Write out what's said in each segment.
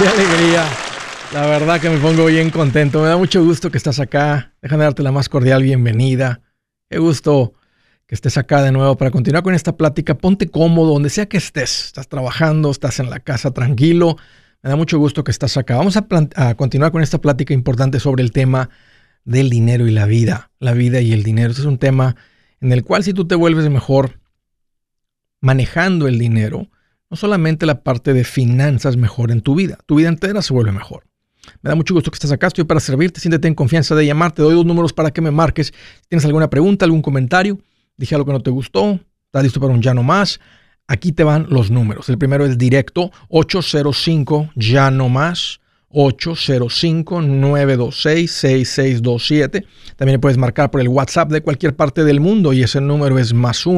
Qué alegría. La verdad que me pongo bien contento. Me da mucho gusto que estás acá. Déjame darte la más cordial bienvenida. Qué gusto que estés acá de nuevo para continuar con esta plática. Ponte cómodo, donde sea que estés. Estás trabajando, estás en la casa tranquilo. Me da mucho gusto que estás acá. Vamos a continuar con esta plática importante sobre el tema del dinero y la vida. La vida y el dinero. Este es un tema en el cual si tú te vuelves mejor manejando el dinero, no solamente la parte de finanzas mejora en tu vida entera se vuelve mejor. Me da mucho gusto que estés acá, estoy para servirte, siéntete en confianza de llamar, te doy 2 números para que me marques. Si tienes alguna pregunta, algún comentario, dije algo que no te gustó, estás listo para un ya no más, aquí te van los números. El primero es directo, 805 ya no más, 805-926-6627. También puedes marcar por el WhatsApp de cualquier parte del mundo y ese número es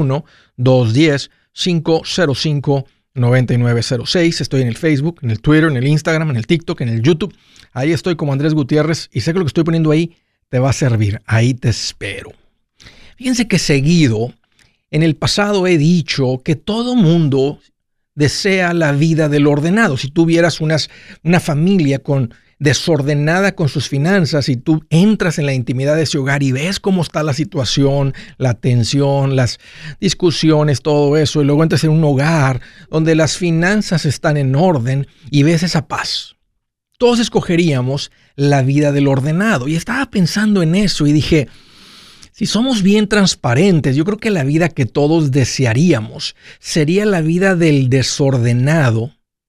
+1-210-505-9906. Estoy en el Facebook, en el Twitter, en el Instagram, en el TikTok, en el YouTube. Ahí estoy como Andrés Gutiérrez y sé que lo que estoy poniendo ahí te va a servir. Ahí te espero. Fíjense que seguido, en el pasado he dicho que todo mundo desea la vida del ordenado. Si tuvieras una familia desordenada con sus finanzas y tú entras en la intimidad de ese hogar y ves cómo está la situación, la tensión, las discusiones, todo eso, y luego entras en un hogar donde las finanzas están en orden y ves esa paz. Todos escogeríamos la vida del ordenado. Y estaba pensando en eso y dije, si somos bien transparentes, yo creo que la vida que todos desearíamos sería la vida del desordenado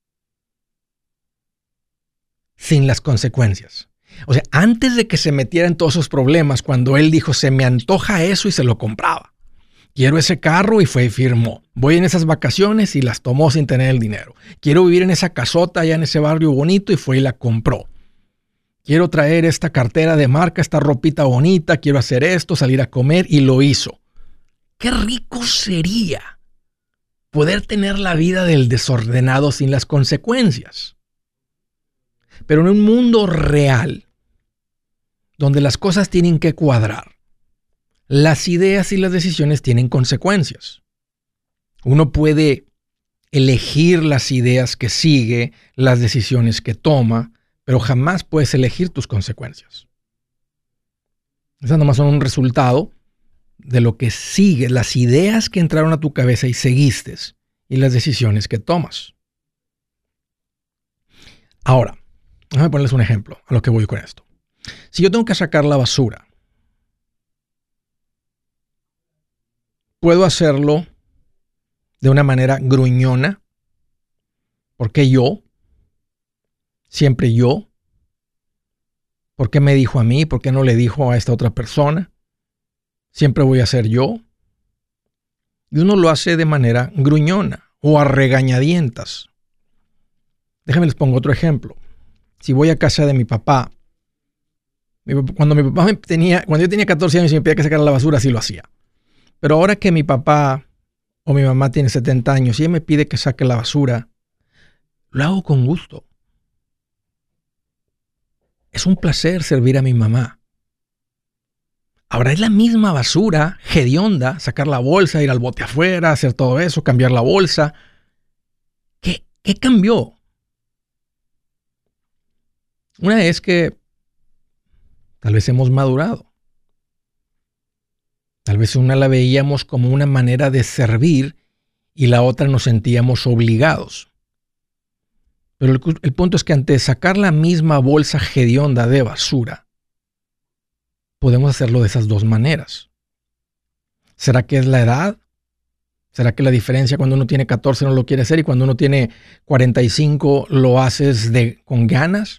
sin las consecuencias. O sea, antes de que se metiera en todos esos problemas, cuando él dijo, se me antoja eso y se lo compraba. Quiero ese carro y fue y firmó. Voy en esas vacaciones y las tomó sin tener el dinero. Quiero vivir en esa casota allá en ese barrio bonito y fue y la compró. Quiero traer esta cartera de marca, esta ropita bonita, quiero hacer esto, salir a comer y lo hizo. Qué rico sería poder tener la vida del desordenado sin las consecuencias. Pero en un mundo real, donde las cosas tienen que cuadrar, las ideas y las decisiones tienen consecuencias. Uno puede elegir las ideas que sigue, las decisiones que toma, pero jamás puedes elegir tus consecuencias. Esas nomás son un resultado de lo que sigue, las ideas que entraron a tu cabeza y seguiste, y las decisiones que tomas. Ahora, déjame ponerles un ejemplo a lo que voy con esto. Si yo tengo que sacar la basura, puedo hacerlo de una manera gruñona. ¿Por qué yo? Siempre yo. ¿Por qué me dijo a mí? ¿Por qué no le dijo a esta otra persona? Siempre voy a ser yo. Y uno lo hace de manera gruñona o a regañadientas. Déjenme les pongo otro ejemplo. Si voy a casa de mi papá, cuando yo tenía 14 años y me pedía que sacara la basura, sí lo hacía. Pero ahora que mi papá o mi mamá tiene 70 años y ella me pide que saque la basura, lo hago con gusto. Es un placer servir a mi mamá. Ahora es la misma basura, hedionda, sacar la bolsa, ir al bote afuera, hacer todo eso, cambiar la bolsa. ¿Qué cambió? Una es que tal vez hemos madurado. Tal vez una la veíamos como una manera de servir y la otra nos sentíamos obligados. Pero el punto es que ante sacar la misma bolsa hedionda de basura, podemos hacerlo de esas dos maneras. ¿Será que es la edad? ¿Será que la diferencia cuando uno tiene 14 no lo quiere hacer y cuando uno tiene 45 lo haces con ganas?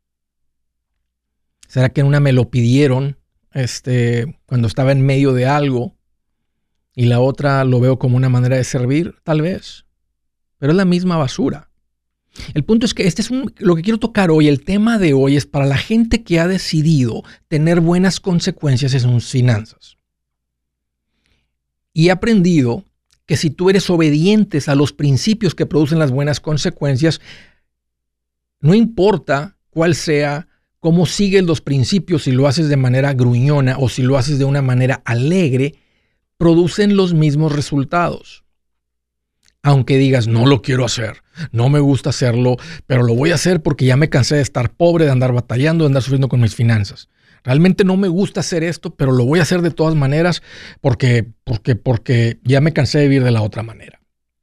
¿Será que en una me lo pidieron cuando estaba en medio de algo y la otra lo veo como una manera de servir? Tal vez. Pero es la misma basura. El punto es que lo que quiero tocar hoy, el tema de hoy es para la gente que ha decidido tener buenas consecuencias en sus finanzas. Y he aprendido que si tú eres obediente a los principios que producen las buenas consecuencias, no importa cuál sea, cómo sigues los principios, si lo haces de manera gruñona o si lo haces de una manera alegre, producen los mismos resultados. Aunque digas, no lo quiero hacer, No me gusta hacerlo, pero lo voy a hacer porque ya me cansé de estar pobre, de andar batallando, de andar sufriendo con mis finanzas. Realmente no me gusta hacer esto, pero lo voy a hacer de todas maneras porque ya me cansé de vivir de la otra manera.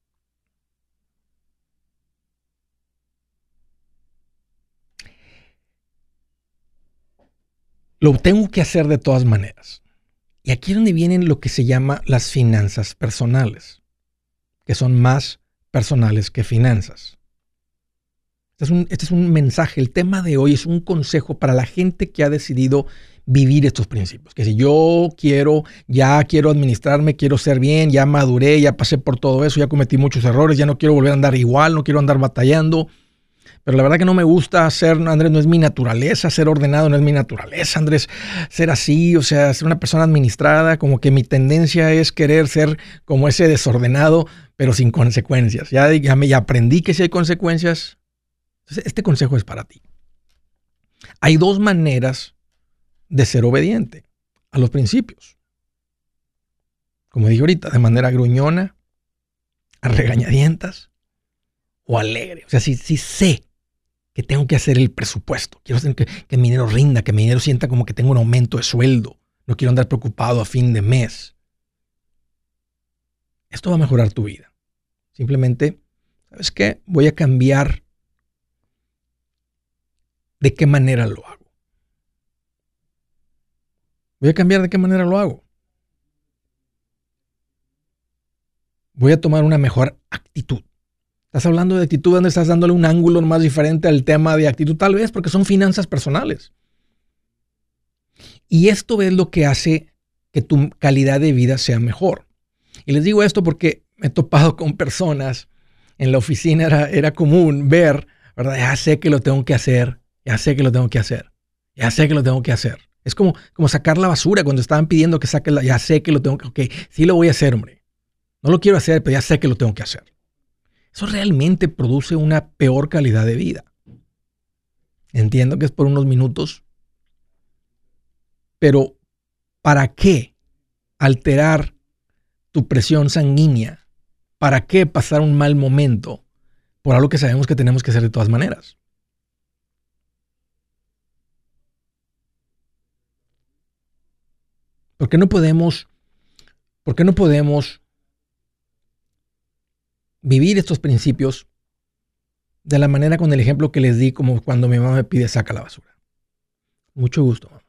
Lo tengo que hacer de todas maneras. Y aquí es donde vienen lo que se llama las finanzas personales, que son más personales que finanzas. Este es un mensaje. El tema de hoy es un consejo para la gente que ha decidido vivir estos principios. Que si yo ya quiero administrarme, quiero ser bien, ya maduré, ya pasé por todo eso, ya cometí muchos errores, ya no quiero volver a andar igual, no quiero andar batallando. Pero la verdad que no me gusta ser, Andrés, no es mi naturaleza, ser ordenado no es mi naturaleza, Andrés, ser así, o sea, ser una persona administrada, como que mi tendencia es querer ser como ese desordenado, pero sin consecuencias. Ya aprendí que si hay consecuencias. Entonces, este consejo es para ti. Hay dos maneras de ser obediente a los principios. Como dije ahorita, de manera gruñona, a regañadientas o alegre. O sea, si sé que tengo que hacer el presupuesto, quiero hacer que mi dinero rinda, que mi dinero sienta como que tengo un aumento de sueldo, no quiero andar preocupado a fin de mes. Esto va a mejorar tu vida. Simplemente, ¿sabes qué? Voy a cambiar de qué manera lo hago. Voy a cambiar de qué manera lo hago. Voy a tomar una mejor actitud. Estás hablando de actitud donde estás dándole un ángulo más diferente al tema de actitud, tal vez porque son finanzas personales. Y esto es lo que hace que tu calidad de vida sea mejor. Y les digo esto porque me he topado con personas en la oficina, era común ver, ¿verdad? Ya sé que lo tengo que hacer, ya sé que lo tengo que hacer, ya sé que lo tengo que hacer. Es como sacar la basura cuando estaban pidiendo que saque ya sé que lo tengo que, ok, sí lo voy a hacer, hombre. No lo quiero hacer, pero ya sé que lo tengo que hacer. Eso realmente produce una peor calidad de vida. Entiendo que es por unos minutos, pero ¿para qué alterar tu presión sanguínea? ¿Para qué pasar un mal momento por algo que sabemos que tenemos que hacer de todas maneras? ¿Por qué no podemos vivir estos principios de la manera con el ejemplo que les di, como cuando mi mamá me pide saca la basura? Mucho gusto, mamá.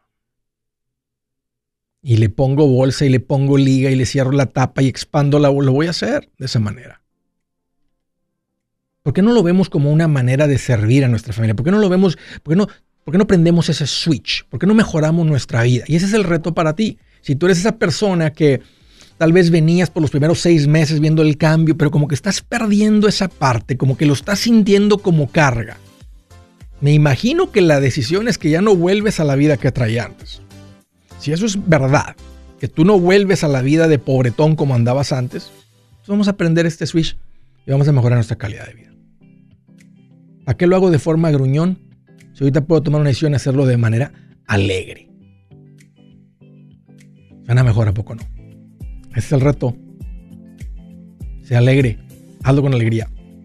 Y le pongo bolsa y le pongo liga y le cierro la tapa y expando lo voy a hacer de esa manera. ¿Por qué no lo vemos como una manera de servir a nuestra familia? ¿Por qué no lo vemos? ¿Por qué no prendemos ese switch? ¿Por qué no mejoramos nuestra vida? Y ese es el reto para ti. Si tú eres esa persona que tal vez venías por los primeros 6 meses viendo el cambio, pero como que estás perdiendo esa parte, como que lo estás sintiendo como carga. Me imagino que la decisión es que ya no vuelves a la vida que traías antes. Si eso es verdad, que tú no vuelves a la vida de pobretón como andabas antes, pues vamos a aprender este switch y vamos a mejorar nuestra calidad de vida. ¿Para qué lo hago de forma gruñón? Si ahorita puedo tomar una decisión y hacerlo de manera alegre. Suena mejor, ¿a poco no? Ese es el reto. Sea alegre. Hazlo con alegría.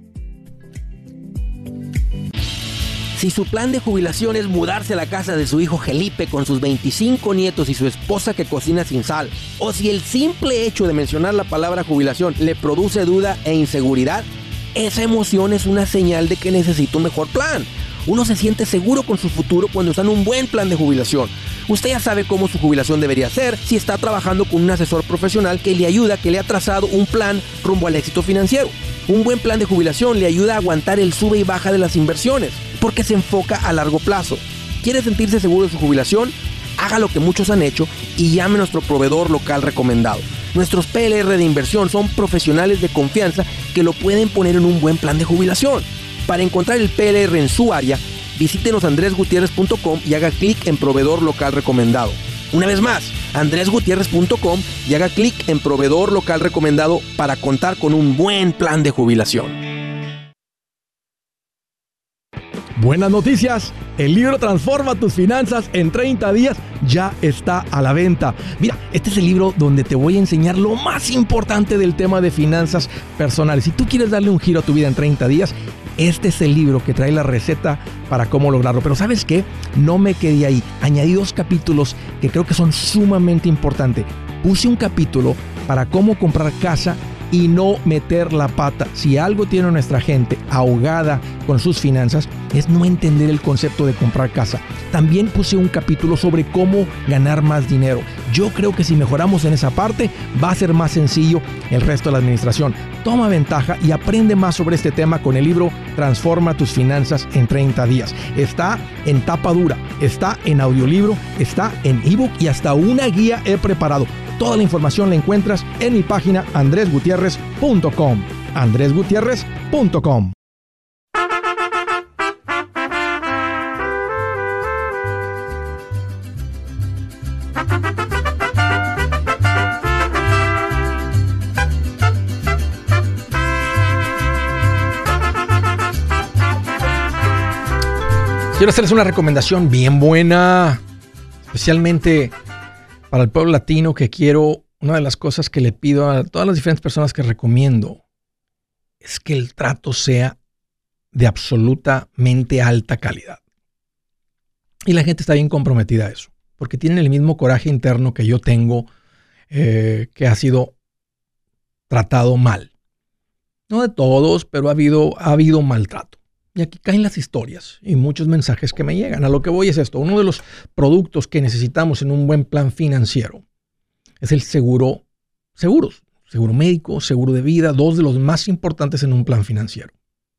Si su plan de jubilación es mudarse a la casa de su hijo Felipe con sus 25 nietos y su esposa que cocina sin sal, o si el simple hecho de mencionar la palabra jubilación le produce duda e inseguridad, esa emoción es una señal de que necesita un mejor plan. Uno se siente seguro con su futuro cuando está en un buen plan de jubilación. Usted ya sabe cómo su jubilación debería ser si está trabajando con un asesor profesional que le ayuda, que le ha trazado un plan rumbo al éxito financiero. Un buen plan de jubilación le ayuda a aguantar el sube y baja de las inversiones, porque se enfoca a largo plazo. ¿Quiere sentirse seguro de su jubilación? Haga lo que muchos han hecho y llame a nuestro proveedor local recomendado. Nuestros PLR de inversión son profesionales de confianza que lo pueden poner en un buen plan de jubilación. Para encontrar el PLR en su área, visítenos andresgutierrez.com y haga clic en proveedor local recomendado. Una vez más, andresgutierrez.com y haga clic en proveedor local recomendado para contar con un buen plan de jubilación. Buenas noticias, el libro Transforma tus finanzas en 30 días ya está a la venta. Mira, este es el libro donde te voy a enseñar lo más importante del tema de finanzas personales. Si tú quieres darle un giro a tu vida en 30 días, este es el libro que trae la receta para cómo lograrlo. Pero ¿sabes qué? No me quedé ahí. Añadí 2 capítulos que creo que son sumamente importantes. Puse un capítulo para cómo comprar casa y no meter la pata. Si algo tiene nuestra gente ahogada con sus finanzas, es no entender el concepto de comprar casa. También puse un capítulo sobre cómo ganar más dinero. Yo creo que si mejoramos en esa parte, va a ser más sencillo el resto de la administración. Toma ventaja y aprende más sobre este tema con el libro Transforma tus finanzas en 30 días. Está en tapa dura, está en audiolibro, está en ebook y hasta una guía he preparado. Toda la información la encuentras en mi página andresgutierrez.com. andresgutierrez.com. Quiero hacerles una recomendación bien buena, especialmente para el pueblo latino, que quiero, una de las cosas que le pido a todas las diferentes personas que recomiendo es que el trato sea de absolutamente alta calidad. Y la gente está bien comprometida a eso, porque tienen el mismo coraje interno que yo tengo, que ha sido tratado mal. No de todos, pero ha habido maltrato. Y aquí caen las historias y muchos mensajes que me llegan. A lo que voy es esto. Uno de los productos que necesitamos en un buen plan financiero es el seguros. Seguro médico, seguro de vida, 2 de los más importantes en un plan financiero.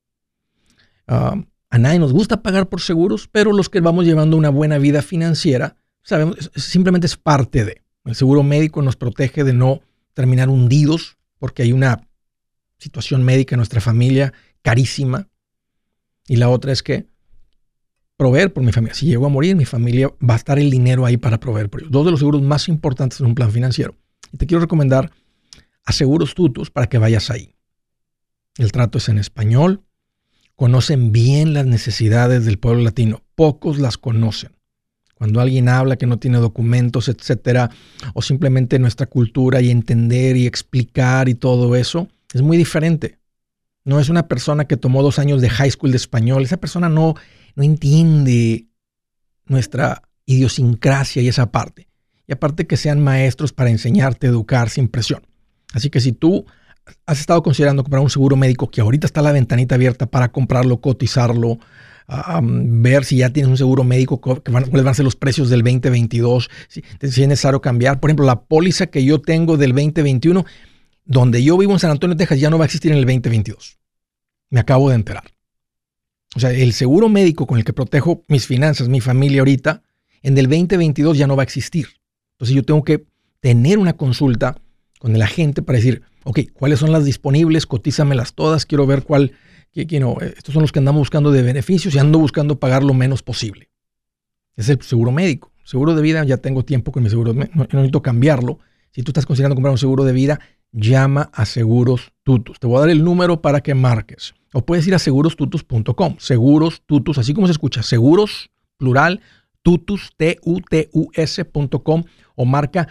A nadie nos gusta pagar por seguros, pero los que vamos llevando una buena vida financiera, sabemos, simplemente es parte de. El seguro médico nos protege de no terminar hundidos porque hay una situación médica en nuestra familia carísima. Y la otra es que proveer por mi familia. Si llego a morir, mi familia va a estar el dinero ahí para proveer por ellos. 2 de los seguros más importantes en un plan financiero. Y te quiero recomendar a Seguros Tutus para que vayas ahí. El trato es en español. Conocen bien las necesidades del pueblo latino. Pocos las conocen. Cuando alguien habla que no tiene documentos, etcétera, o simplemente nuestra cultura y entender y explicar y todo eso, es muy diferente. No es una persona que tomó 2 años de high school de español. Esa persona no entiende nuestra idiosincrasia y esa parte. Y aparte que sean maestros para enseñarte, educar sin presión. Así que si tú has estado considerando comprar un seguro médico, que ahorita está la ventanita abierta para comprarlo, cotizarlo, ver si ya tienes un seguro médico, cuáles van a ser los precios del 2022, si es necesario cambiar. Por ejemplo, la póliza que yo tengo del 2021, donde yo vivo en San Antonio, Texas, ya no va a existir en el 2022. Me acabo de enterar. O sea, el seguro médico con el que protejo mis finanzas, mi familia ahorita, en el 2022 ya no va a existir. Entonces yo tengo que tener una consulta con el agente para decir, ok, ¿cuáles son las disponibles? Cotízamelas todas, quiero ver estos son los que andamos buscando de beneficios y ando buscando pagar lo menos posible. Es el seguro médico. Seguro de vida, ya tengo tiempo con mi seguro, no necesito cambiarlo. Si tú estás considerando comprar un seguro de vida, llama a Seguros Tutus. Te voy a dar el número para que marques. O puedes ir a segurostutus.com. Seguros Tutus, así como se escucha. Seguros, plural, Tutus, tutus.com, o marca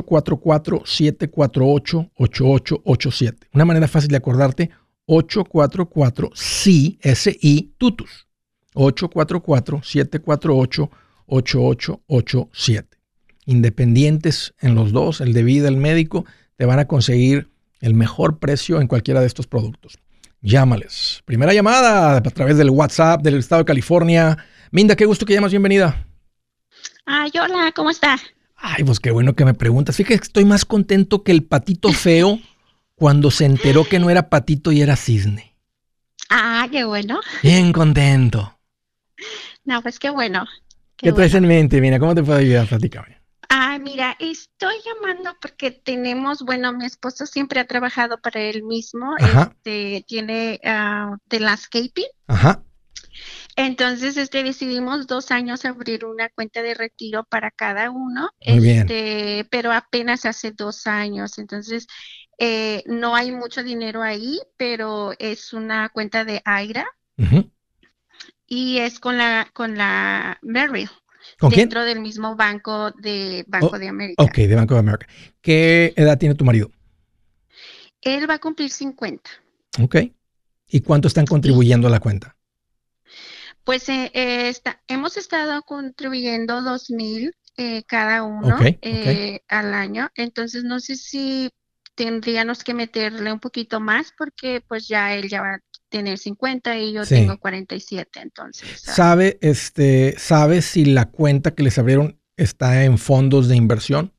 844-748-8887. Una manera fácil de acordarte, 844-SI, Tutus. 844-748-8887. Independientes en los dos, el de vida, el médico, te van a conseguir el mejor precio en cualquiera de estos productos. Llámales. Primera llamada a través del WhatsApp del estado de California. Minda, qué gusto que llamas, bienvenida. Ay, hola, ¿cómo está? Ay, pues qué bueno que me preguntas. Fíjate que estoy más contento que el patito feo cuando se enteró que no era patito y era cisne. Ah, qué bueno. Bien contento. No, pues qué bueno. ¿Qué traes en mente, Mina? ¿Cómo te puedo ayudar? Platícame. Ah, mira, estoy llamando porque tenemos, mi esposo siempre ha trabajado para él mismo. Ajá. Tiene de landscaping. Ajá. Entonces, decidimos 2 años abrir una cuenta de retiro para cada uno. Muy bien. Pero apenas hace 2 años. Entonces, no hay mucho dinero ahí, pero es una cuenta de IRA. Uh-huh. y es con la Merrill, ¿Con quién? dentro del mismo banco de Banco de América. Ok, de Banco de América. ¿Qué edad tiene tu marido? Él va a cumplir 50. Ok. ¿Y cuánto están Y contribuyendo a la cuenta? pues hemos estado contribuyendo 2,000 cada Ok, uno ok. al año. Entonces no sé si tendríamos que meterle un poquito más porque pues ya él ya va a tener 50 y yo tengo Sí. 47. Entonces, ¿Sabe si la cuenta que les abrieron está en fondos de inversión?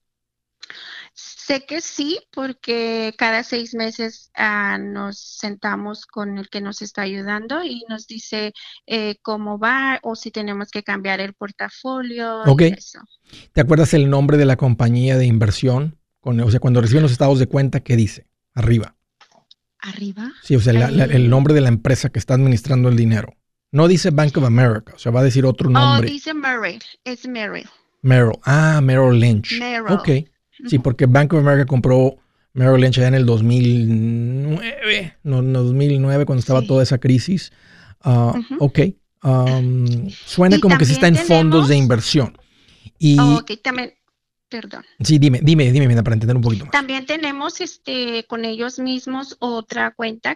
sé que sí, porque cada 6 meses nos sentamos con el que nos está ayudando y nos dice cómo va o si tenemos que cambiar el portafolio Ok. y eso. ¿Te acuerdas el nombre de la compañía de inversión? O sea, cuando reciben los estados de cuenta, ¿qué dice? Arriba. Arriba. Sí, o sea, el nombre de la empresa que está administrando el dinero. No dice Bank of America, o sea, va a decir otro Oh, nombre. dice Merrill, es Merrill. Merrill. Ah, Merrill Lynch. Ok. Merrill. Sí, Ujú, porque Bank of America compró Merrill Lynch allá en el 2009. No, 2009, cuando estaba sí. toda esa crisis. Ujú. Ok. Suena Y como que sí está también en fondos de tenemos, inversión. Y ok, también, perdón. sí, dime, Mina, para entender un poquito más. También tenemos con ellos mismos otra cuenta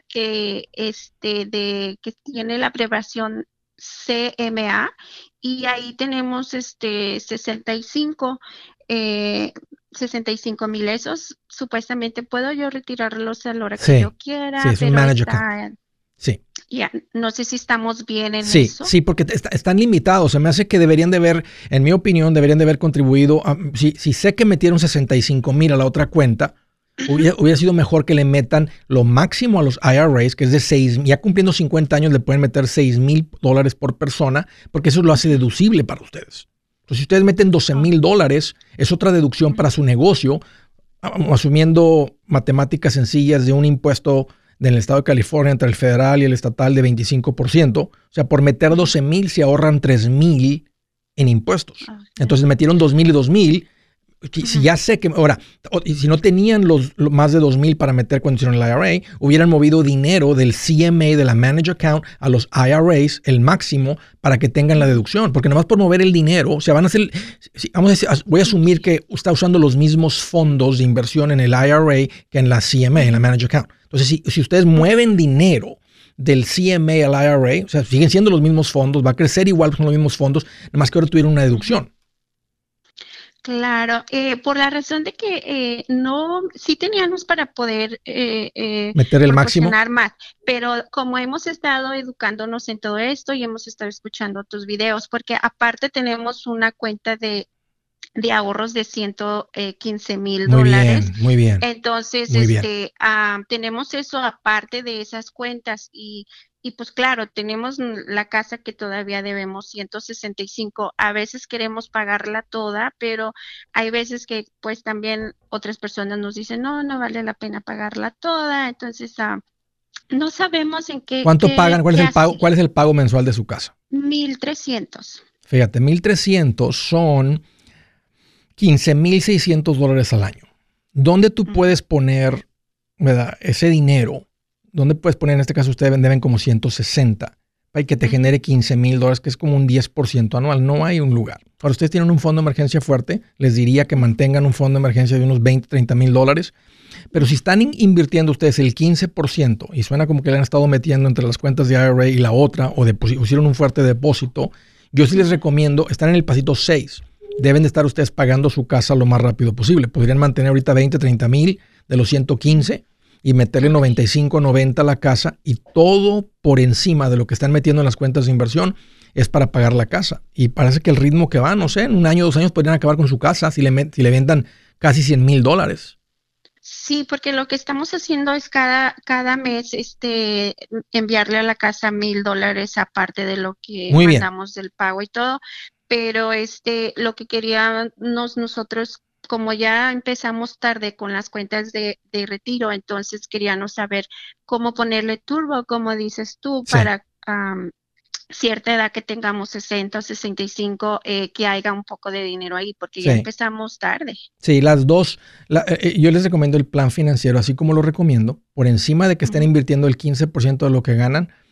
que tiene la abreviación CMA y ahí tenemos 65 eh, 65,000. Esos supuestamente puedo yo retirarlos a la hora que yo Sí, sí, quiera, es un pero managed account. Sí. ya, no sé si estamos bien en Sí, eso. sí, porque están limitados. Se me hace que deberían de haber, en mi opinión, deberían de haber contribuido. Si sé que metieron 65,000 a la otra cuenta, hubiera sido mejor que le metan lo máximo a los IRAs, que es de 6, ya cumpliendo 50 años le pueden meter $6,000 por persona, porque eso lo hace deducible para ustedes. Entonces, si ustedes meten Oh, $12,000, es otra deducción para su negocio, asumiendo matemáticas sencillas de un impuesto del estado de California entre el federal y el estatal de 25%. O sea, por meter 12,000 se ahorran 3,000 en impuestos. okay. Entonces metieron 2,000 y 2,000. Si Ujú. ya sé que, ahora, y si no tenían más de 2,000 para meter cuando hicieron el IRA, hubieran movido dinero del CMA, de la Manage Account, a los IRAs, el máximo, para que tengan la deducción. Porque nomás por mover el dinero, o sea, van a hacer, voy a asumir que está usando los mismos fondos de inversión en el IRA que en la CMA, en la Manage Account. Entonces, si ustedes mueven dinero del CMA al IRA, o sea, siguen siendo los mismos fondos, va a crecer igual con los mismos fondos, nomás que ahora tuvieron una deducción. Claro, por la razón de que no, sí teníamos para poder Meter el máximo. proporcionar más, pero como hemos estado educándonos en todo esto y hemos estado escuchando tus videos, porque aparte tenemos una cuenta de ahorros de 115,000 Muy dólares. bien, muy bien, Entonces, muy bien. tenemos eso aparte de esas cuentas y pues claro, tenemos la casa que todavía debemos 165. A veces queremos pagarla toda, pero hay veces que pues también otras personas nos dicen, no, no vale la pena pagarla toda. Entonces, no sabemos en ¿Cuánto pagan? ¿Cuál es qué el pago? hacer. ¿Cuál es el pago mensual de su casa? 1,300. Fíjate, 1,300 son $15,600 al año. ¿Dónde tú Ujú, puedes poner, verdad, ese dinero? ¿Dónde puedes poner? En este caso ustedes deben como 160 para que te ujú, genere $15,000, que es como un 10% anual. No hay un lugar. Ahora, ustedes tienen un fondo de emergencia fuerte. Les diría que ujú, mantengan un fondo de emergencia de unos 20, $30,000. Pero si ujú. están invirtiendo ustedes el 15% y suena como que le han estado metiendo entre las cuentas de IRA y la otra, o hicieron un fuerte depósito, yo sí les Ujú. recomiendo, están en el pasito 6. Deben de estar ustedes pagando su casa lo más rápido posible. Podrían mantener ahorita 20, 30,000 de los 115 y meterle Ok. 95, 90 a la casa, y todo por encima de lo que están metiendo en las cuentas de inversión es para pagar la casa. Y parece que el ritmo que va, no sé, en un año, 2 años podrían acabar con su casa si le vendan casi $100,000. Sí, porque lo que estamos haciendo es cada mes enviarle a la casa 1,000 dólares aparte de lo que Muy bien. mandamos del pago y todo, pero lo que queríamos nosotros, como ya empezamos tarde con las cuentas de retiro, entonces queríamos saber cómo ponerle turbo, como dices tú, Sí, para cierta edad que tengamos 60 o 65, que haya un poco de dinero ahí, porque ya sí. empezamos tarde. Sí, las dos. Yo les recomiendo el plan financiero, así como lo recomiendo, por encima de que estén Ujú, invirtiendo el 15% de lo que ganan.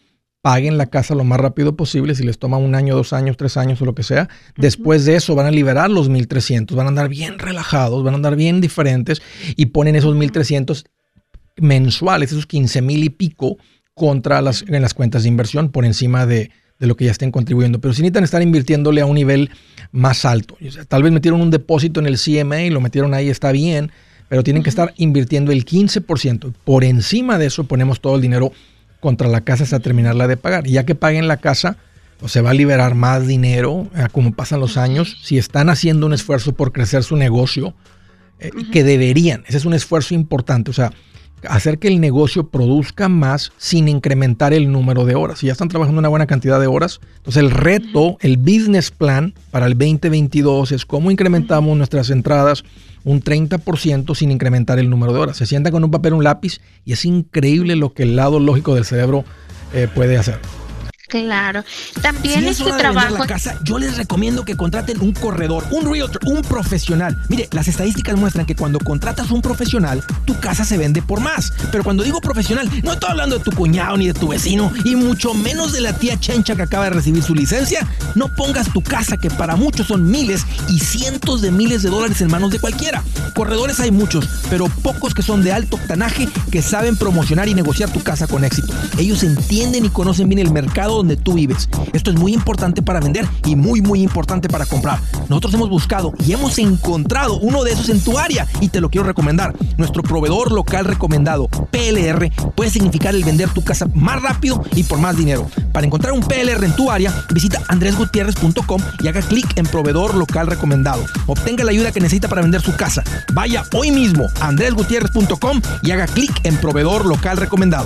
paguen la casa lo más rápido posible, si les toma 1 año, 2 años, 3 años o lo que sea. Después de eso van a liberar los 1,300, van a andar bien relajados, van a andar bien diferentes y ponen esos 1,300 mensuales, esos 15,000 y pico en las cuentas de inversión por encima de lo que ya estén contribuyendo. Pero si necesitan estar invirtiéndole a un nivel más alto. O sea, tal vez metieron un depósito en el CMA y lo metieron ahí, está bien, pero tienen que estar invirtiendo el 15%. Por encima de eso ponemos todo el dinero contra la casa hasta terminarla de pagar. Y ya que paguen la casa, pues se va a liberar más dinero como pasan los años. Si están haciendo un esfuerzo por crecer su negocio, que deberían, ese es un esfuerzo importante. O sea, hacer que el negocio produzca más sin incrementar el número de horas. Si ya están trabajando una buena cantidad de horas, entonces el reto, el business plan para el 2022 es cómo incrementamos nuestras entradas un 30% sin incrementar el número de horas. Se sientan con un papel, un lápiz y es increíble lo que el lado lógico del cerebro puede hacer. Claro. También si es hora de vender la casa, yo les recomiendo que contraten un corredor, un realtor, un profesional. Mire, las estadísticas muestran que cuando contratas un profesional, tu casa se vende por más. Pero cuando digo profesional, no estoy hablando de tu cuñado ni de tu vecino, y mucho menos de la tía Chencha que acaba de recibir su licencia. No pongas tu casa, que para muchos son miles y cientos de miles de dólares, en manos de cualquiera. Corredores hay muchos, pero pocos que son de alto octanaje, que saben promocionar y negociar tu casa con éxito. Ellos entienden y conocen bien el mercado donde tú vives. Esto es muy importante para vender y muy importante para comprar. Nosotros hemos buscado y hemos encontrado uno de esos en tu área y te lo quiero recomendar. Nuestro proveedor local recomendado, PLR, puede significar el vender tu casa más rápido y por más dinero. Para encontrar un PLR en tu área, visita andresgutierrez.com y haga clic en proveedor local recomendado. Obtenga la ayuda que necesita para vender su casa. Vaya hoy mismo a andresgutierrez.com y haga clic en proveedor local recomendado.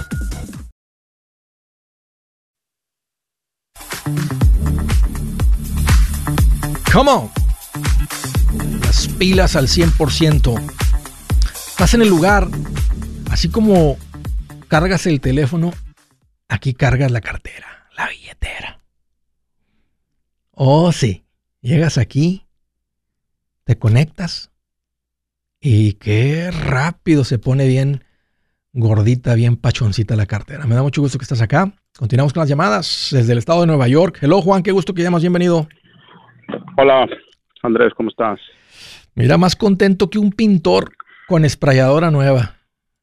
Come on. Las pilas al 100%. Estás en el lugar, así como cargas el teléfono, aquí cargas la cartera, la billetera. Oh, sí. Llegas aquí, te conectas y qué rápido se pone bien gordita, bien pachoncita la cartera. Me da mucho gusto que estás acá. Continuamos con las llamadas desde el estado de Nueva York. Hello, Juan, qué gusto que llamas. Bienvenido. Hola, Andrés, ¿cómo estás? Mira, más contento que un pintor con esprayadora nueva.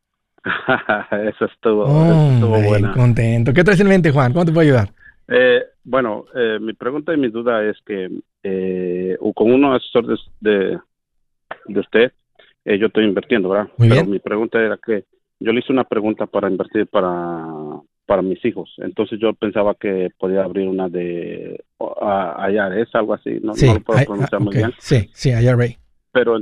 Eso estuvo buena. Contento. ¿Qué traes en mente, Juan? ¿Cómo te puedo ayudar? Mi pregunta y mi duda es que con uno asesor de usted, yo estoy invirtiendo, ¿verdad? Muy bien. Pero mi pregunta era que yo le hice una pregunta para invertir para mis hijos. Entonces yo pensaba que podía abrir una de IRS, algo así. No lo puedo pronunciar muy bien. Sí, IRA. Pero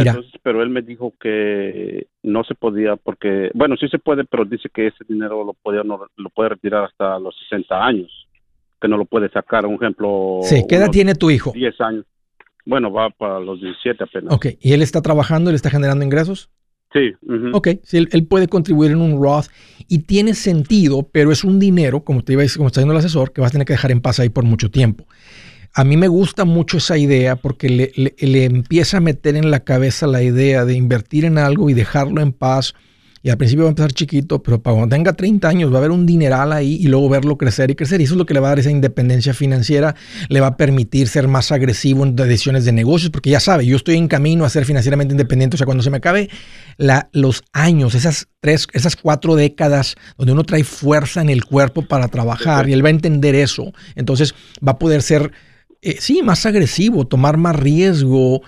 él me dijo que no se podía porque, bueno, sí se puede, pero dice que ese dinero lo puede retirar hasta los 60 años, que no lo puede sacar. Un ejemplo. Sí, ¿qué edad tiene tu hijo? 10 años. Bueno, va para los 17 apenas. Ok, ¿y él está trabajando? ¿Él está generando ingresos? Sí. Uh-huh. Ok, sí, él puede contribuir en un Roth y tiene sentido, pero es un dinero, como te iba a decir, como está diciendo el asesor, que vas a tener que dejar en paz ahí por mucho tiempo. A mí me gusta mucho esa idea porque le empieza a meter en la cabeza la idea de invertir en algo y dejarlo en paz. Y al principio va a empezar chiquito, pero para cuando tenga 30 años va a haber un dineral ahí y luego verlo crecer y crecer. Y eso es lo que le va a dar esa independencia financiera, le va a permitir ser más agresivo en decisiones de negocios, porque ya sabe, yo estoy en camino a ser financieramente independiente. O sea, cuando se me acabe los años, esas 4 décadas donde uno trae fuerza en el cuerpo para trabajar, y él va a entender eso. Entonces va a poder ser más agresivo, tomar más riesgo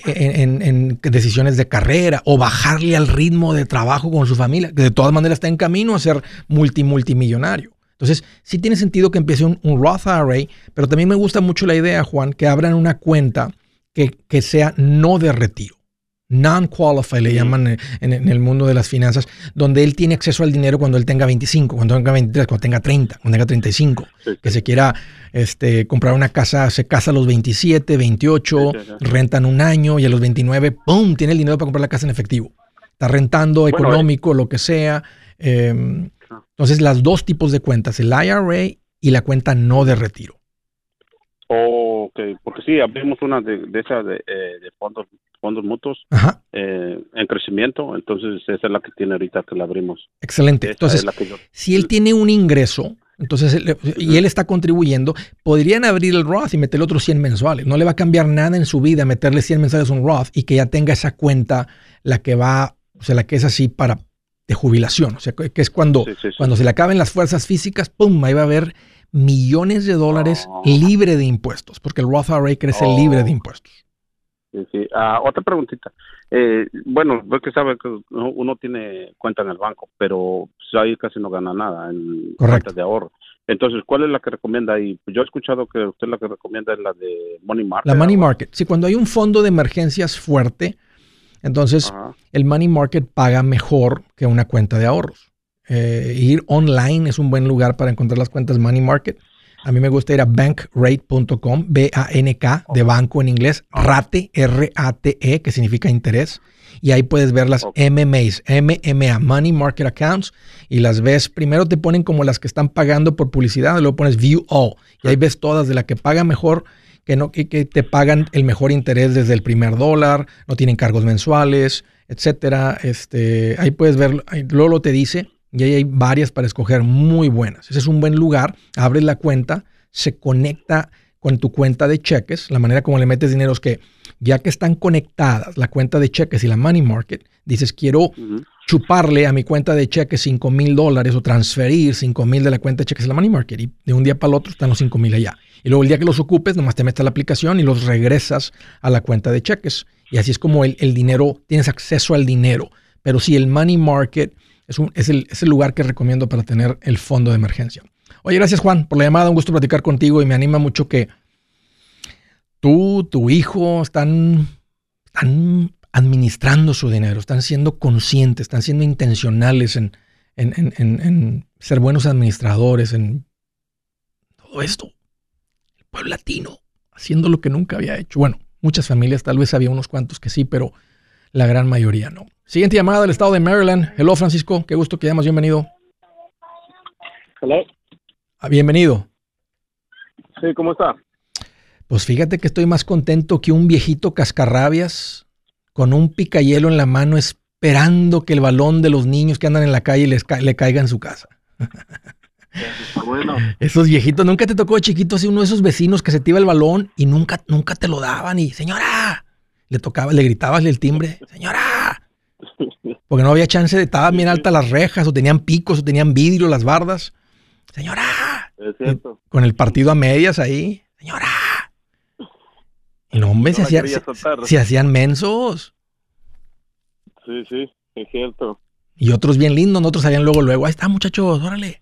en decisiones de carrera o bajarle al ritmo de trabajo con su familia, que de todas maneras está en camino a ser multimillonario. Entonces, sí tiene sentido que empiece un Roth IRA, pero también me gusta mucho la idea, Juan, que abran una cuenta que sea no de retiro. Non-qualified le llaman en el mundo de las finanzas, donde él tiene acceso al dinero cuando él tenga 25, cuando tenga 23, cuando tenga 30, cuando tenga 35, que se quiera comprar una casa, se casa a los 27, 28, rentan un año y a los 29, ¡pum!, tiene el dinero para comprar la casa en efectivo. Está rentando, económico, lo que sea. Entonces, las dos tipos de cuentas, el IRA y la cuenta no de retiro. Ok, porque sí, abrimos una de esas de fondos mutuos en crecimiento, entonces esa es la que tiene ahorita que la abrimos. Excelente. Entonces, si él tiene un ingreso, Entonces, y él está contribuyendo. Podrían abrir el Roth y meterle otros 100 mensuales. No le va a cambiar nada en su vida meterle 100 mensuales a un Roth y que ya tenga esa cuenta, la que es así para de jubilación. O sea, que es cuando se le acaben las fuerzas físicas, ¡pum! Ahí va a haber millones de dólares libre de impuestos, porque el Roth IRA crece libre de impuestos. Sí. Otra preguntita. Bueno, vos que sabes que uno tiene cuenta en el banco, pero pues, ahí casi no gana nada en cuentas de ahorro. Entonces, ¿cuál es la que recomienda ahí? Yo he escuchado que usted la que recomienda es la de Money Market. La Money Market. Sí, cuando hay un fondo de emergencias fuerte, entonces el Money Market paga mejor que una cuenta de ahorros. Ir online es un buen lugar para encontrar las cuentas Money Market. A mí me gusta ir a bankrate.com, B-A-N-K, de banco en inglés, rate, R-A-T-E, que significa interés. Y ahí puedes ver las MMAs, M-M-A, Money Market Accounts, y las ves. Primero te ponen como las que están pagando por publicidad, y luego pones View All. Y ahí ves todas de la que paga mejor, que te pagan el mejor interés desde el primer dólar, no tienen cargos mensuales, etcétera. Ahí puedes ver, luego te dice. Y ahí hay varias para escoger muy buenas. Ese es un buen lugar. Abres la cuenta, se conecta con tu cuenta de cheques. La manera como le metes dinero es que ya que están conectadas la cuenta de cheques y la Money Market, dices, quiero chuparle a mi cuenta de cheques $5,000 o transferir 5,000 de la cuenta de cheques a la Money Market. Y de un día para el otro están los 5,000 allá. Y luego el día que los ocupes, nomás te metes a la aplicación y los regresas a la cuenta de cheques. Y así es como el dinero, tienes acceso al dinero. Pero sí, el Money Market es el lugar que recomiendo para tener el fondo de emergencia. Oye, gracias Juan por la llamada, un gusto platicar contigo y me anima mucho que tu hijo están administrando su dinero, están siendo conscientes, están siendo intencionales en ser buenos administradores, en todo esto. El pueblo latino haciendo lo que nunca había hecho. Bueno, muchas familias, tal vez había unos cuantos que sí, pero la gran mayoría no. Siguiente llamada del estado de Maryland. Hello, Francisco. Qué gusto que llamas. Bienvenido. Hello. Bienvenido. Sí, ¿cómo está? Pues fíjate que estoy más contento que un viejito cascarrabias con un picayelo en la mano esperando que el balón de los niños que andan en la calle le caiga en su casa. Bueno. Esos viejitos, ¿nunca te tocó de chiquito así uno de esos vecinos que se te iba el balón y nunca te lo daban? Y señora, le gritabas el timbre, señora. Porque no había chance estaban bien altas las rejas, o tenían picos, o tenían vidrio las bardas. Señora. Es cierto. Con el partido a medias ahí. Señora. Y no, hombre, no se hacían mensos. Sí, es cierto. Y otros bien lindos, otros salían luego. Ahí está, muchachos, órale.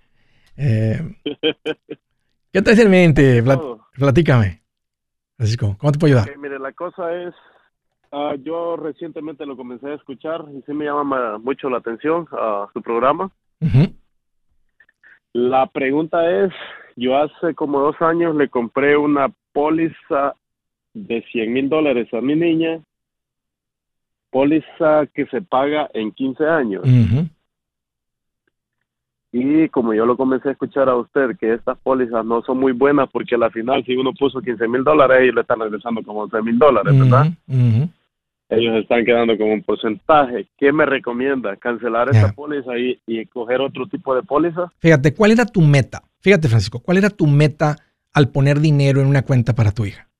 ¿Qué traes en mente? Platícame. Francisco, ¿cómo te puedo ayudar? Mire, la cosa es, yo recientemente lo comencé a escuchar y sí me llama mucho la atención su programa. La pregunta es, yo hace como 2 años le compré una póliza de $100,000 a mi niña, póliza que se paga en 15 años. Y como yo lo comencé a escuchar a usted, que estas pólizas no son muy buenas porque al final si uno puso $15,000, ellos le están regresando como $11,000, ¿verdad? Ellos están quedando con un porcentaje. ¿Qué me recomienda? ¿Cancelar esta póliza y coger otro tipo de póliza? Fíjate, ¿cuál era tu meta? Fíjate, Francisco, ¿cuál era tu meta al poner dinero en una cuenta para tu hija?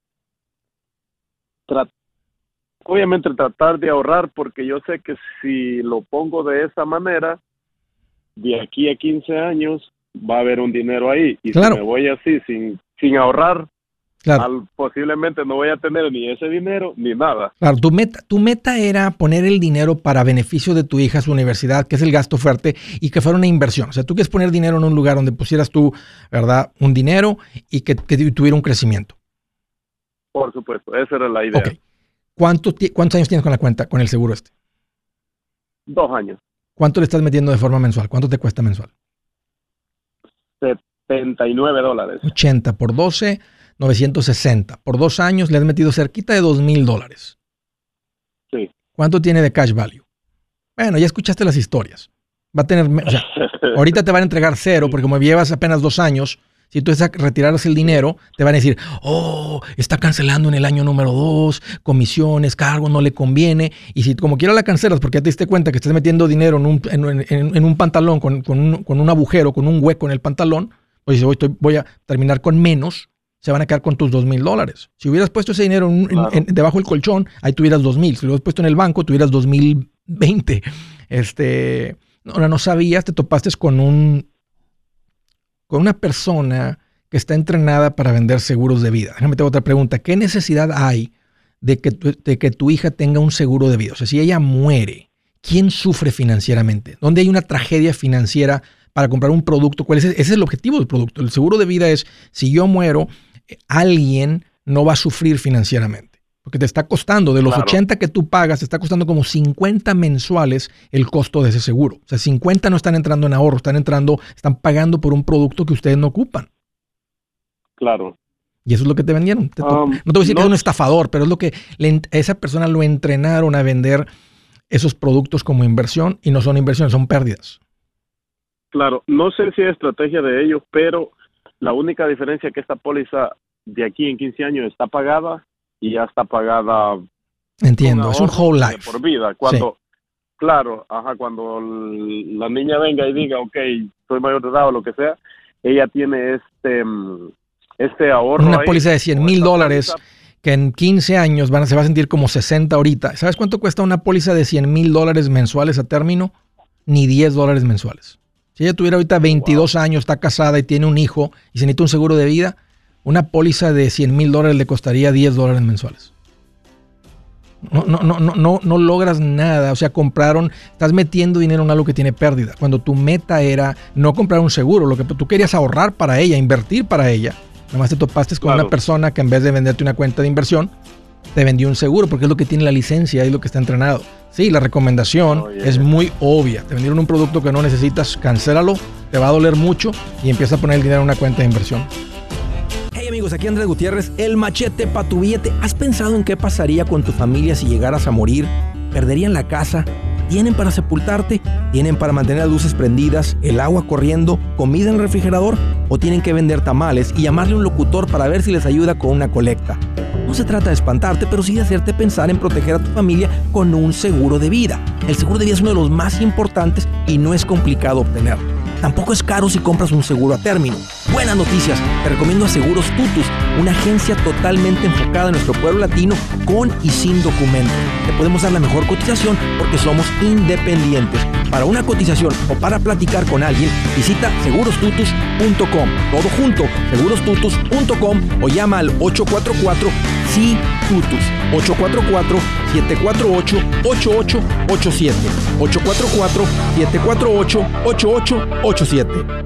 Obviamente tratar de ahorrar, porque yo sé que si lo pongo de esa manera, de aquí a 15 años va a haber un dinero ahí. Y claro, si me voy así sin ahorrar, claro, posiblemente no voy a tener ni ese dinero ni nada. Claro, tu meta era poner el dinero para beneficio de tu hija, su universidad, que es el gasto fuerte, y que fuera una inversión. O sea, tú quieres poner dinero en un lugar donde pusieras tú, ¿verdad?, un dinero y que tuviera un crecimiento. Por supuesto, esa era la idea. Okay. ¿Cuántos años tienes con la cuenta, con el seguro este? 2 años. ¿Cuánto le estás metiendo de forma mensual? ¿Cuánto te cuesta mensual? $79. 80 por 12, 960. Por 2 años le has metido cerquita de $2,000. Sí. ¿Cuánto tiene de cash value? Bueno, ya escuchaste las historias. Va a tener, o sea, ahorita te van a entregar 0 porque como llevas apenas 2 años, si tú retiraras el dinero, te van a decir, está cancelando en el año número 2, comisiones, cargos, no le conviene. Y si como quiera la cancelas porque ya te diste cuenta que estás metiendo dinero en un pantalón con un agujero, con un hueco en el pantalón, O dices, voy a terminar con menos, se van a quedar con tus $2,000. Si hubieras puesto ese dinero debajo del colchón, ahí tuvieras 2,000. Si lo hubieras puesto en el banco, tuvieras 2,020. Ahora no sabías, te topaste con una persona que está entrenada para vender seguros de vida. Déjame te hago otra pregunta. ¿Qué necesidad hay de que tu hija tenga un seguro de vida? O sea, si ella muere, ¿quién sufre financieramente? ¿Dónde hay una tragedia financiera para comprar un producto? Ese es el objetivo del producto. El seguro de vida es, si yo muero, alguien no va a sufrir financieramente. Porque te está costando, de los 80 que tú pagas, te está costando como 50 mensuales el costo de ese seguro. O sea, 50 no están entrando en ahorro, están pagando por un producto que ustedes no ocupan. Claro. Y eso es lo que te vendieron. No te voy a decir que es un estafador, pero es lo que a esa persona lo entrenaron a vender esos productos como inversión, y no son inversiones, son pérdidas. Claro, no sé si es estrategia de ellos, pero la única diferencia es que esta póliza de aquí en 15 años está pagada y ya está pagada. Entiendo, es un whole life. Por vida. Cuando, claro, cuando la niña venga y diga, ok, soy mayor de edad o lo que sea, ella tiene este ahorro. Una póliza de $100,000 que en 15 años se va a sentir como 60 ahorita. ¿Sabes cuánto cuesta una póliza de $100,000 mensuales a término? Ni $10 mensuales. Si ella tuviera ahorita 22 años, está casada y tiene un hijo y se necesita un seguro de vida, una póliza de $100,000 le costaría $10 mensuales. No logras nada. O sea, estás metiendo dinero en algo que tiene pérdida. Cuando tu meta era no comprar un seguro, lo que tú querías ahorrar para ella, invertir para ella, nomás te topaste con una persona que en vez de venderte una cuenta de inversión, te vendió un seguro, porque es lo que tiene la licencia y lo que está entrenado. Sí, la recomendación es muy obvia. Te vendieron un producto que no necesitas, cancélalo, te va a doler mucho y empieza a poner el dinero en una cuenta de inversión. Hey amigos, aquí Andrés Gutiérrez, el machete para tu billete. ¿Has pensado en qué pasaría con tu familia si llegaras a morir? ¿Perderían la casa? ¿Tienen para sepultarte? ¿Tienen para mantener las luces prendidas, el agua corriendo, comida en el refrigerador? ¿O tienen que vender tamales y llamarle a un locutor para ver si les ayuda con una colecta? No se trata de espantarte, pero sí de hacerte pensar en proteger a tu familia con un seguro de vida. El seguro de vida es uno de los más importantes y no es complicado obtenerlo. Tampoco es caro si compras un seguro a término. Buenas noticias, te recomiendo a Seguros Tutus, una agencia totalmente enfocada en nuestro pueblo latino con y sin documento. Te podemos dar la mejor cotización porque somos independientes. Para una cotización o para platicar con alguien, visita segurostutus.com. Todo junto, segurostutus.com o llama al 844-SI-TUTUS. 844-748-8887. 844-748-8887.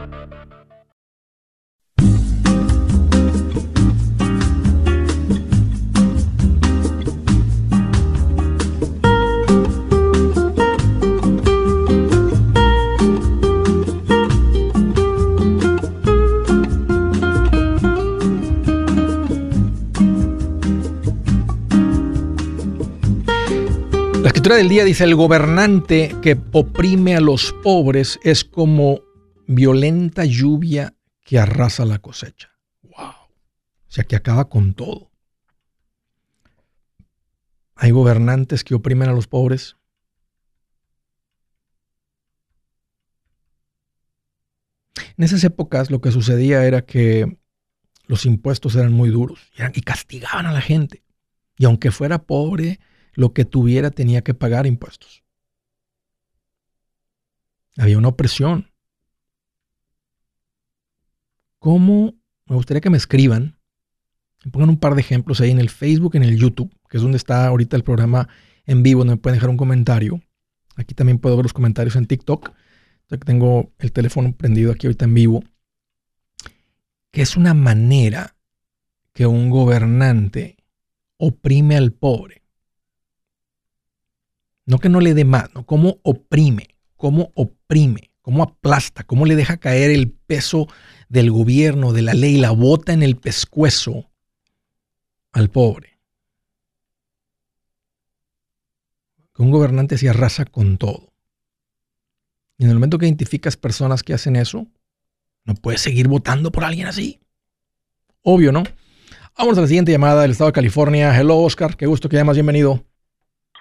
La escritura del día dice: el gobernante que oprime a los pobres es como violenta lluvia que arrasa la cosecha. Wow. O sea, que acaba con todo. Hay gobernantes que oprimen a los pobres. En esas épocas lo que sucedía era que los impuestos eran muy duros y castigaban a la gente. Y aunque fuera pobre, lo que tuviera tenía que pagar impuestos. Había una opresión. ¿Cómo? Me gustaría que me escriban, me pongan un par de ejemplos ahí en el Facebook, en el YouTube, que es donde está ahorita el programa en vivo, donde me pueden dejar un comentario. Aquí también puedo ver los comentarios en TikTok. Tengo el teléfono prendido aquí ahorita en vivo. Que es una manera que un gobernante oprime al pobre. No que no le dé más, ¿no? Cómo oprime, cómo aplasta, cómo le deja caer el peso del gobierno, de la ley, la bota en el pescuezo al pobre. Que un gobernante se arrasa con todo. Y en el momento que identificas personas que hacen eso, no puedes seguir votando por alguien así. Obvio, ¿no? Vamos a la siguiente llamada del estado de California. Hello, Oscar. Qué gusto que llamas. Bienvenido.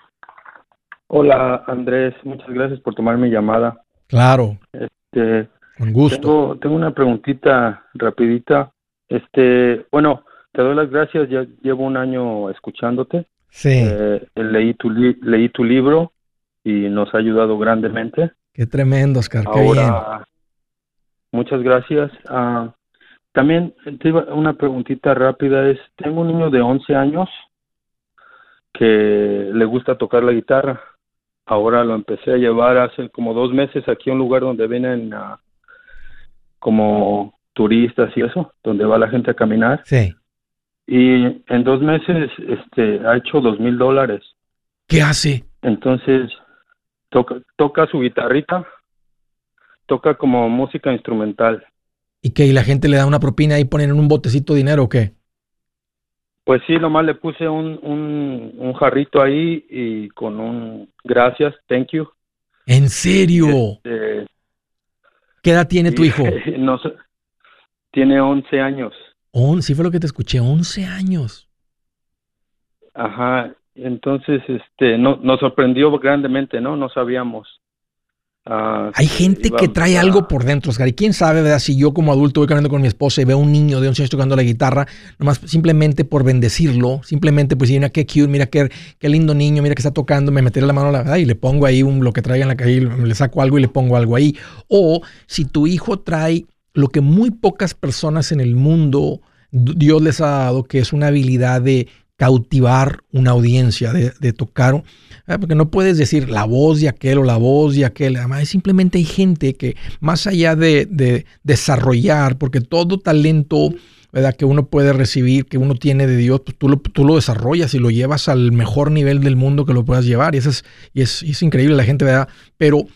Hola, Andrés. Muchas gracias por tomar mi llamada. Claro. Con gusto. Tengo una preguntita rapidita. Bueno, te doy las gracias. Ya llevo un año escuchándote. Sí. Leí tu libro y nos ha ayudado grandemente. Qué tremendo, Oscar. Qué bien. Muchas gracias. También una preguntita rápida tengo un niño de 11 años que le gusta tocar la guitarra. Ahora lo empecé a llevar hace como 2 meses aquí a un lugar donde vienen como turistas y eso, donde va la gente a caminar. Sí. Y en 2 meses ha hecho $2,000. ¿Qué hace? Entonces toca su guitarrita, toca como música instrumental. ¿Y qué? ¿Y la gente le da una propina y ponen en un botecito de dinero o qué? Pues sí, nomás le puse un jarrito ahí y con un gracias, thank you. ¿En serio? ¿Qué edad tiene tu hijo? No sé, tiene 11 años. Sí fue lo que te escuché, 11 años. Ajá, entonces nos sorprendió grandemente, ¿no? No sabíamos. Hay gente que trae algo por dentro, Oscar, y quién sabe, ¿verdad? Si yo como adulto voy caminando con mi esposa y veo a un niño de 11 años tocando la guitarra, nomás simplemente por bendecirlo, simplemente pues mira qué cute, mira qué lindo niño, mira que está tocando, me meteré la mano y le pongo ahí lo que traiga en la calle, le saco algo y le pongo algo ahí. O si tu hijo trae lo que muy pocas personas en el mundo Dios les ha dado, que es una habilidad de cautivar una audiencia, de tocar, porque no puedes decir la voz de aquel o la voz de aquel. Además, simplemente hay gente que más allá de desarrollar, porque todo talento, ¿verdad?, que uno puede recibir, que uno tiene de Dios, pues tú lo desarrollas y lo llevas al mejor nivel del mundo que lo puedas llevar. Y es increíble la gente, ¿verdad? Pero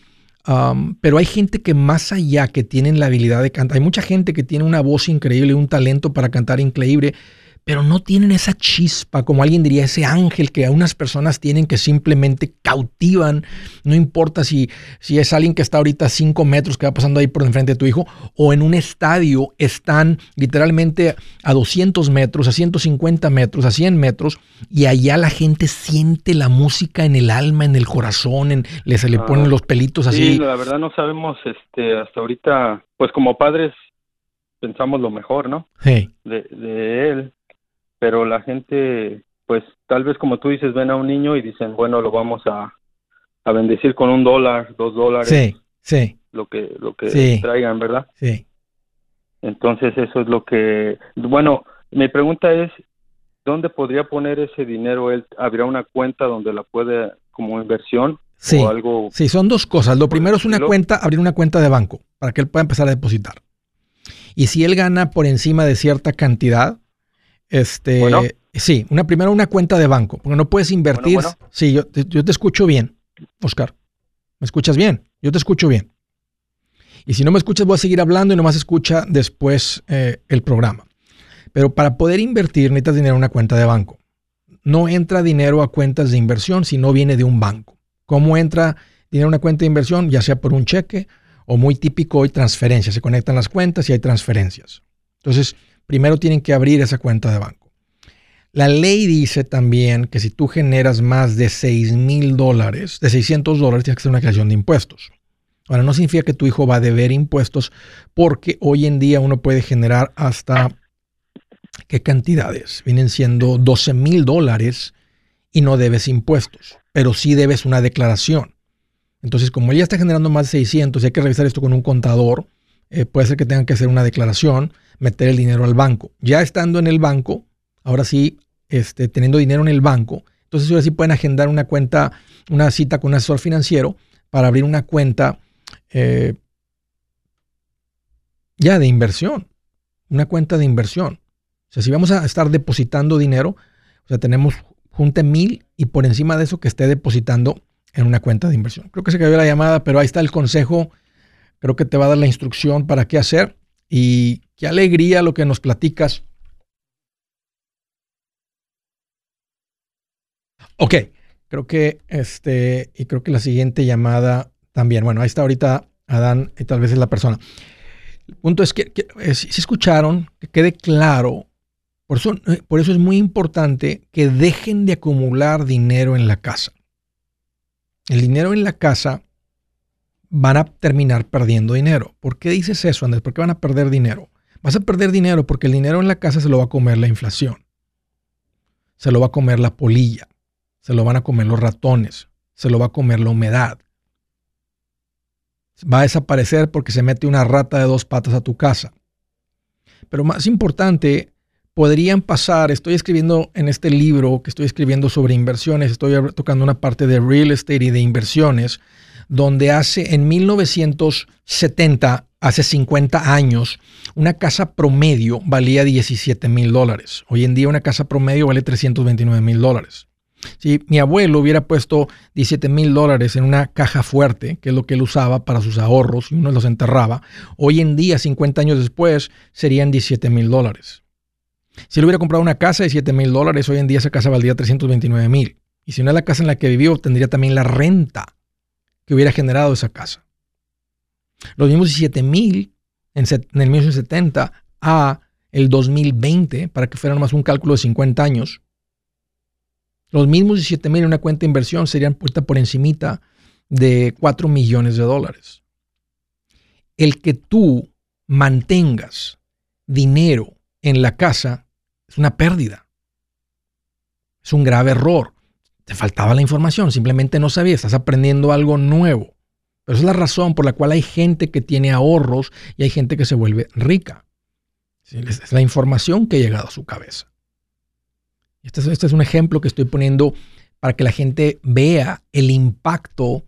hay gente que más allá, que tienen la habilidad de cantar. Hay mucha gente que tiene una voz increíble, un talento para cantar increíble, pero no tienen esa chispa, como alguien diría, ese ángel que a unas personas tienen, que simplemente cautivan. No importa si es alguien que está ahorita a 5 metros, que va pasando ahí por enfrente de tu hijo, o en un estadio están literalmente a 200 metros, a 150 metros, a 100 metros, y allá la gente siente la música en el alma, en el corazón, se le ponen los pelitos así. Sí, la verdad no sabemos hasta ahorita, pues como padres pensamos lo mejor, ¿no? Sí. De él. Pero la gente, pues tal vez como tú dices, ven a un niño y dicen, bueno, lo vamos a bendecir con $1, $2. Sí. Lo que sí. traigan, ¿verdad? Sí. Entonces eso es lo que... Bueno, mi pregunta es, ¿dónde podría poner ese dinero? ¿Él abrirá una cuenta donde la puede, como inversión? Sí. O algo... Sí, son dos cosas. Lo primero es abrir una cuenta de banco para que él pueda empezar a depositar. Y si él gana por encima de cierta cantidad, bueno. Sí, primero una cuenta de banco, porque no puedes invertir. Bueno. Sí, yo te escucho bien, Oscar. ¿Me escuchas bien? Yo te escucho bien. Y si no me escuchas, voy a seguir hablando y nomás escucha después el programa. Pero para poder invertir necesitas dinero en una cuenta de banco. No entra dinero a cuentas de inversión si no viene de un banco. ¿Cómo entra dinero en una cuenta de inversión? Ya sea por un cheque o muy típico hoy transferencias. Se conectan las cuentas y hay transferencias. Entonces, primero tienen que abrir esa cuenta de banco. La ley dice también que si tú generas más de $6,000, de $600, tienes que hacer una declaración de impuestos. Ahora, no significa que tu hijo va a deber impuestos, porque hoy en día uno puede generar hasta, ¿qué cantidades? Vienen siendo $12,000 y no debes impuestos, pero sí debes una declaración. Entonces, como él ya está generando más de 600, hay que revisar esto con un contador. Puede ser que tengan que hacer una declaración, meter el dinero al banco. Ya estando en el banco, ahora sí, teniendo dinero en el banco, entonces ahora sí pueden agendar una cita con un asesor financiero para abrir una cuenta ya de inversión. Una cuenta de inversión. O sea, si vamos a estar depositando dinero, o sea, junte 1,000 y por encima de eso que esté depositando en una cuenta de inversión. Creo que se cayó la llamada, pero ahí está el consejo. Creo que te va a dar la instrucción para qué hacer. Y qué alegría lo que nos platicas. Ok, creo que y creo que la siguiente llamada también. Bueno, ahí está ahorita Adán y tal vez es la persona. El punto es que si escucharon, que quede claro. Por eso es muy importante que dejen de acumular dinero en la casa. El dinero en la casa van a terminar perdiendo dinero. ¿Por qué dices eso, Andrés? ¿Por qué van a perder dinero? Vas a perder dinero porque el dinero en la casa se lo va a comer la inflación. Se lo va a comer la polilla. Se lo van a comer los ratones. Se lo va a comer la humedad. Va a desaparecer porque se mete una rata de 2 patas a tu casa. Pero más importante, podrían pasar, estoy escribiendo en este libro que estoy escribiendo sobre inversiones, estoy tocando una parte de real estate y de inversiones, donde en 1970, hace 50 años, una casa promedio valía $17,000. Hoy en día una casa promedio vale $329,000. Si mi abuelo hubiera puesto $17,000 en una caja fuerte, que es lo que él usaba para sus ahorros, y uno los enterraba, hoy en día, 50 años después, serían $17,000. Si él hubiera comprado una casa de $7,000, hoy en día esa casa valdría $329,000. Y si no es la casa en la que vivió, tendría también la renta que hubiera generado esa casa. Los mismos $17,000 en el 1970 a el 2020, para que fuera más un cálculo de 50 años, los mismos $17,000 en una cuenta de inversión serían puesta por encimita de $4 millones. El que tú mantengas dinero en la casa es una pérdida. Es un grave error. Te faltaba la información, simplemente no sabías, estás aprendiendo algo nuevo. Pero esa es la razón por la cual hay gente que tiene ahorros y hay gente que se vuelve rica. Es la información que ha llegado a su cabeza. Este es un ejemplo que estoy poniendo para que la gente vea el impacto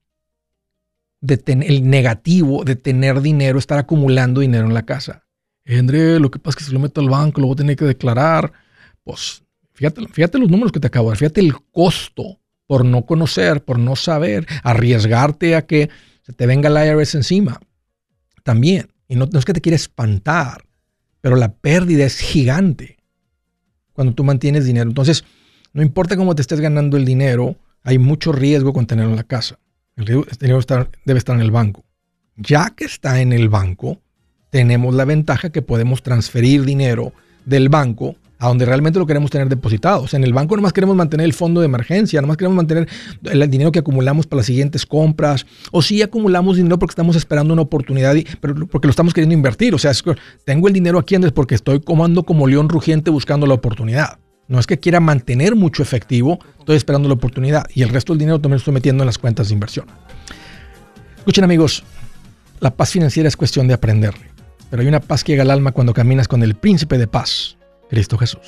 el negativo de tener dinero, estar acumulando dinero en la casa. André, lo que pasa es que si lo meto al banco, lo voy a tener que declarar. Pues fíjate los números que te acabo de dar, fíjate el costo por no conocer, por no saber, arriesgarte a que se te venga el IRS encima. También, y no es que te quiera espantar, pero la pérdida es gigante cuando tú mantienes dinero. Entonces, no importa cómo te estés ganando el dinero, hay mucho riesgo con tenerlo en la casa. El dinero debe estar en el banco. Ya que está en el banco, tenemos la ventaja que podemos transferir dinero del banco a donde realmente lo queremos tener depositado. O sea, en el banco nomás queremos mantener el fondo de emergencia, nomás queremos mantener el dinero que acumulamos para las siguientes compras, o sí acumulamos dinero porque estamos esperando una oportunidad, pero porque lo estamos queriendo invertir. O sea, tengo el dinero aquí Andrés porque estoy comando como león rugiente buscando la oportunidad. No es que quiera mantener mucho efectivo, estoy esperando la oportunidad y el resto del dinero también lo estoy metiendo en las cuentas de inversión. Escuchen amigos, la paz financiera es cuestión de aprenderle, pero hay una paz que llega al alma cuando caminas con el príncipe de paz, Cristo Jesús.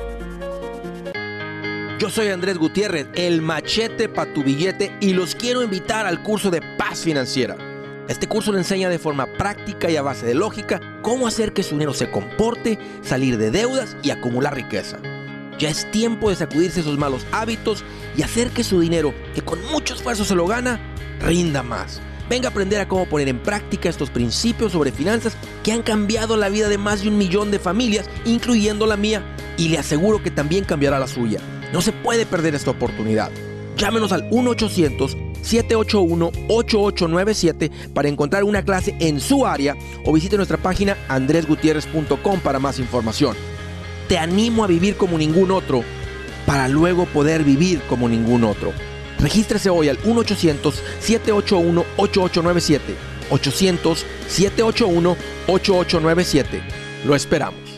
Yo soy Andrés Gutiérrez, el machete para tu billete, y los quiero invitar al curso de Paz Financiera. Este curso le enseña de forma práctica y a base de lógica cómo hacer que su dinero se comporte, salir de deudas y acumular riqueza. Ya es tiempo de sacudirse esos malos hábitos y hacer que su dinero, que con mucho esfuerzo se lo gana, rinda más. Venga a aprender a cómo poner en práctica estos principios sobre finanzas que han cambiado la vida de más de 1 millón de familias, incluyendo la mía, y le aseguro que también cambiará la suya. No se puede perder esta oportunidad. Llámenos al 1-800-781-8897 para encontrar una clase en su área o visite nuestra página andresgutierrez.com para más información. Te animo a vivir como ningún otro para luego poder vivir como ningún otro. Regístrese hoy al 1-800-781-8897. 800-781-8897. Lo esperamos.